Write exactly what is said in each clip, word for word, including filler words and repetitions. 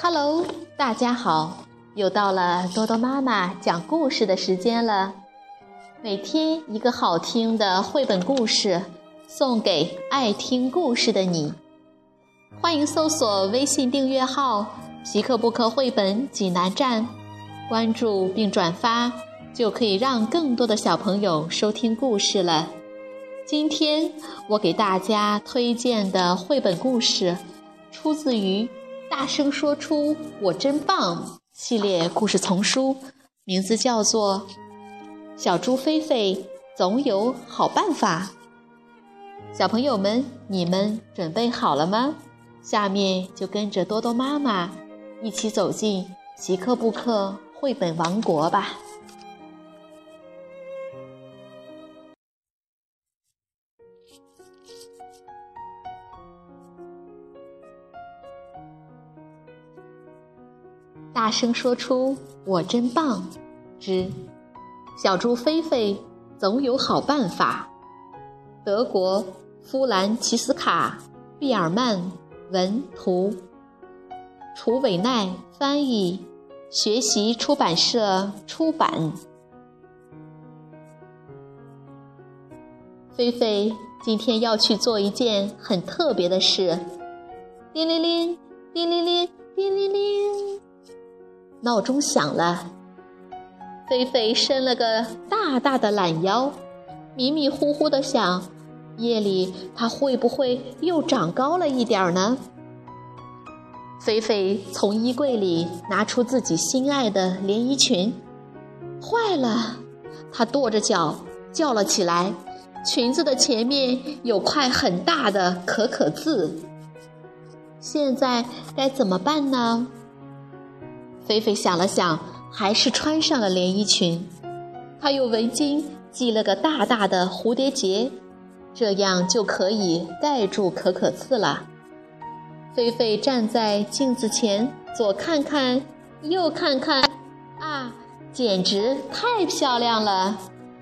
Hello， 大家好，又到了多多妈妈讲故事的时间了。每天一个好听的绘本故事，送给爱听故事的你。欢迎搜索微信订阅号皮克布克绘本济南站，关注并转发，就可以让更多的小朋友收听故事了。今天我给大家推荐的绘本故事，出自于大声说出我真棒系列故事丛书，名字叫做小猪菲菲总有好办法。小朋友们，你们准备好了吗？下面就跟着多多妈妈一起走进皮克布克绘本王国吧。大声说出我真棒之小猪菲菲总有好办法。德国夫兰奇斯卡·毕尔曼文图，楚伟奈翻译，学习出版社出版。菲菲今天要去做一件很特别的事。叮铃铃，叮铃铃，叮铃铃，闹钟响了。菲菲伸了个大大的懒腰，迷迷糊糊地想，夜里她会不会又长高了一点呢？菲菲从衣柜里拿出自己心爱的连衣裙。坏了，她跺着脚叫了起来，裙子的前面有块很大的可可字。现在该怎么办呢？菲菲想了想，还是穿上了连衣裙。她用围巾系了个大大的蝴蝶结，这样就可以盖住可可刺了。菲菲站在镜子前，左看看，右看看，啊，简直太漂亮了！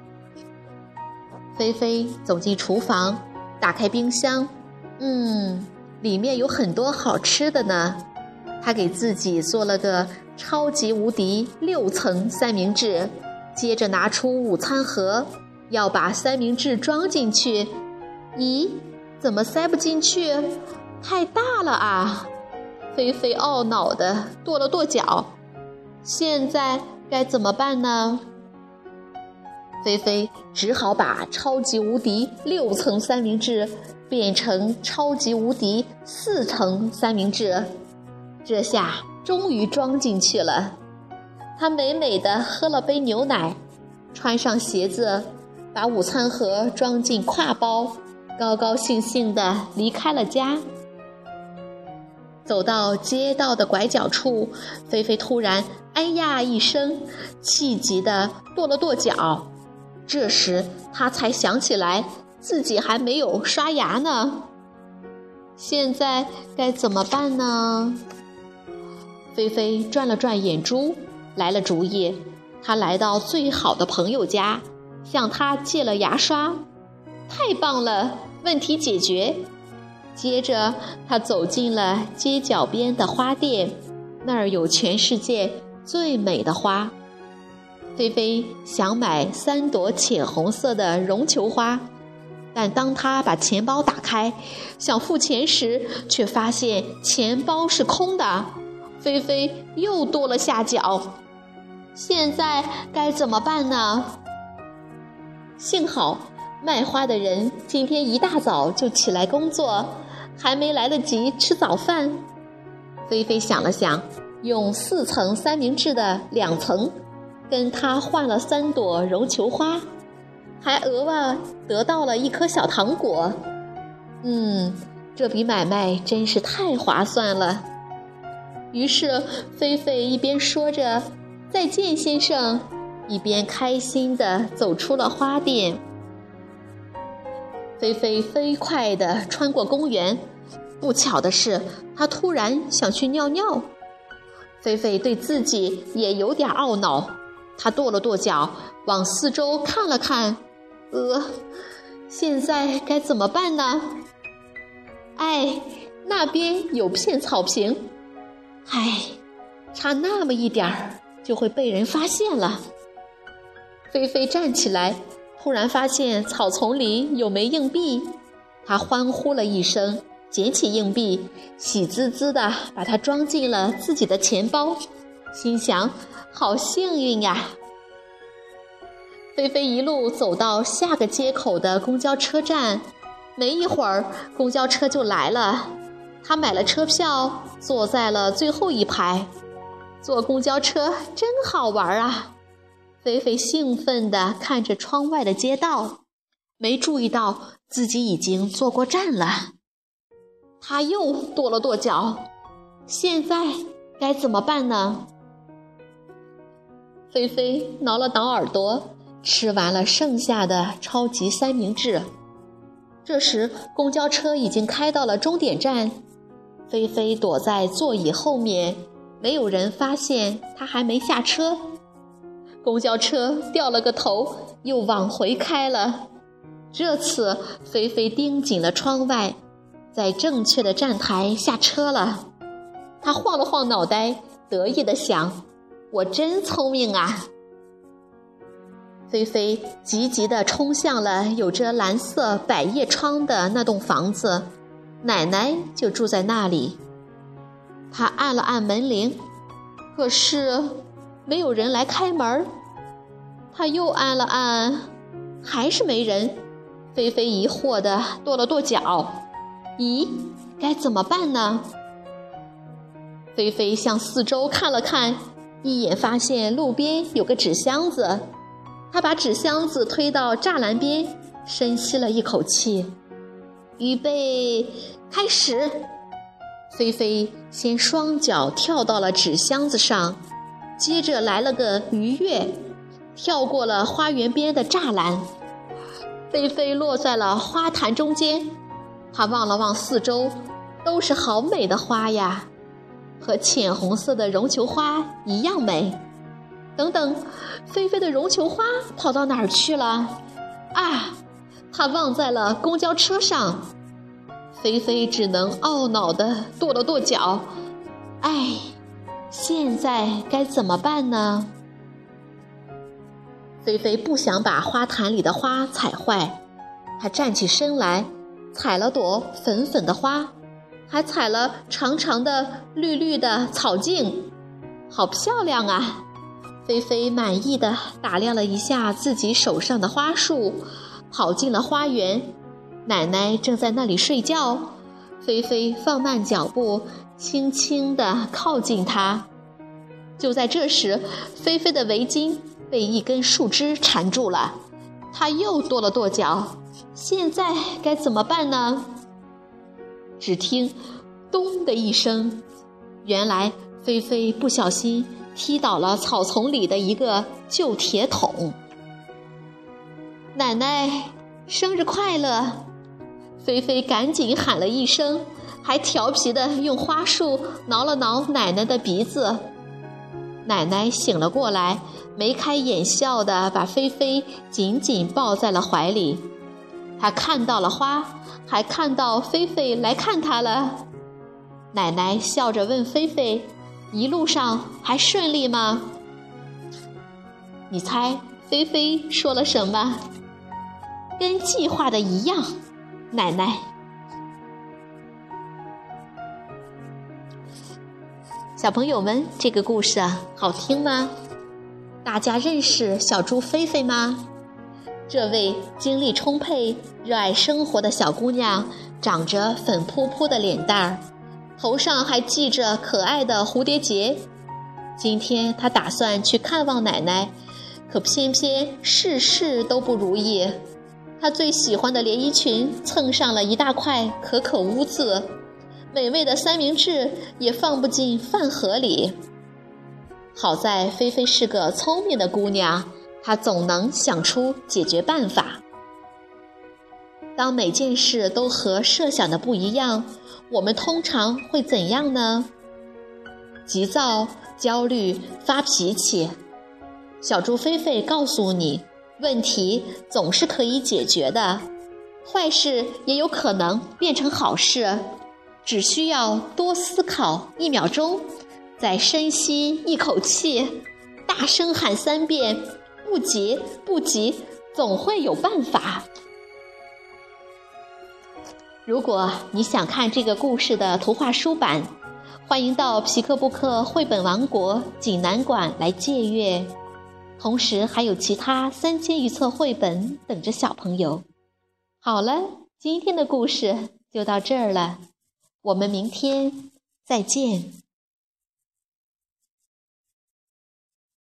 菲菲走进厨房，打开冰箱，嗯，里面有很多好吃的呢。她给自己做了个超级无敌六层三明治，接着拿出午餐盒，要把三明治装进去。咦，怎么塞不进去？太大了啊！菲菲懊恼地跺了跺脚。现在该怎么办呢？菲菲只好把超级无敌六层三明治变成超级无敌四层三明治。这下终于装进去了。她美美地喝了杯牛奶，穿上鞋子，把午餐盒装进挎包，高高兴兴地离开了家。走到街道的拐角处，菲菲突然哎呀一声，气急地跺了跺脚。这时她才想起来自己还没有刷牙呢。现在该怎么办呢？菲菲转了转眼珠，来了主意。她来到最好的朋友家，向他借了牙刷。太棒了，问题解决。接着她走进了街角边的花店，那儿有全世界最美的花。菲菲想买三朵浅红色的绒球花，但当她把钱包打开想付钱时，却发现钱包是空的。菲菲又跺了下脚。现在该怎么办呢？幸好卖花的人今天一大早就起来工作，还没来得及吃早饭。菲菲想了想，用四层三明治的两层跟他换了三朵绒球花，还额外得到了一颗小糖果。嗯，这笔买卖真是太划算了。于是菲菲一边说着再见先生，一边开心地走出了花店。菲菲飞快地穿过公园，不巧的是她突然想去尿尿。菲菲对自己也有点懊恼，她跺了跺脚，往四周看了看，呃，现在该怎么办呢？哎，那边有片草坪。 唉，差那么一点儿就会被人发现了。菲菲站起来，突然发现草丛里有枚硬币，她欢呼了一声，捡起硬币，喜滋滋地把它装进了自己的钱包，心想：好幸运呀！菲菲一路走到下个街口的公交车站，没一会儿，公交车就来了。她买了车票，坐在了最后一排。坐公交车真好玩啊！菲菲兴奋地看着窗外的街道，没注意到自己已经坐过站了。她又跺了跺脚，现在该怎么办呢？菲菲挠了挠耳朵，吃完了剩下的超级三明治。这时公交车已经开到了终点站，菲菲躲在座椅后面，没有人发现她还没下车。公交车掉了个头，又往回开了。这次菲菲盯紧了窗外，在正确的站台下车了。她晃了晃脑袋，得意地想：我真聪明啊！菲菲急急地冲向了有着蓝色百叶窗的那栋房子，奶奶就住在那里。她按了按门铃，可是没有人来开门。她又按了按，还是没人。菲菲疑惑地跺了跺脚，咦，该怎么办呢？菲菲向四周看了看，一眼发现路边有个纸箱子。她把纸箱子推到栅栏边，深吸了一口气，预备开始。菲菲先双脚跳到了纸箱子上，接着来了个鱼跃，跳过了花园边的栅栏。菲菲落在了花坛中间，她望了望四周，都是好美的花呀，和浅红色的绒球花一样美。等等，菲菲的绒球花跑到哪儿去了？啊，她忘在了公交车上。菲菲只能懊恼地跺了跺脚，哎，现在该怎么办呢？菲菲不想把花坛里的花踩坏，她站起身来，采了朵粉粉的花，还采了长长的绿绿的草茎，好漂亮啊！菲菲满意地打量了一下自己手上的花束，跑进了花园。奶奶正在那里睡觉，菲菲放慢脚步，轻轻地靠近她。就在这时，菲菲的围巾被一根树枝缠住了，她又跺了跺脚，现在该怎么办呢？只听咚的一声，原来菲菲不小心踢倒了草丛里的一个旧铁桶。奶奶，生日快乐！菲菲赶紧喊了一声，还调皮地用花束挠了挠奶奶的鼻子。奶奶醒了过来，眉开眼笑地把菲菲紧紧抱在了怀里。她看到了花，还看到菲菲来看她了。奶奶笑着问菲菲，一路上还顺利吗？你猜菲菲说了什么？跟计划的一样，奶奶。小朋友们，这个故事啊，好听吗？大家认识小猪菲菲吗？这位精力充沛、热爱生活的小姑娘，长着粉扑扑的脸蛋儿，头上还系着可爱的蝴蝶结。今天她打算去看望奶奶，可偏偏事事都不如意。她最喜欢的连衣裙蹭上了一大块可可污渍，美味的三明治也放不进饭盒里。好在菲菲是个聪明的姑娘，她总能想出解决办法。当每件事都和设想的不一样，我们通常会怎样呢？急躁、焦虑、发脾气。小猪菲菲告诉你，问题总是可以解决的，坏事也有可能变成好事，只需要多思考一秒钟， 再深吸一口气，大声喊三遍：不急，不急，总会有办法。如果你想看这个故事的图画书版，欢迎到皮克布克绘本王国济南馆来借阅，同时还有其他三千余册绘本等着小朋友。好了，今天的故事就到这儿了，我们明天再见。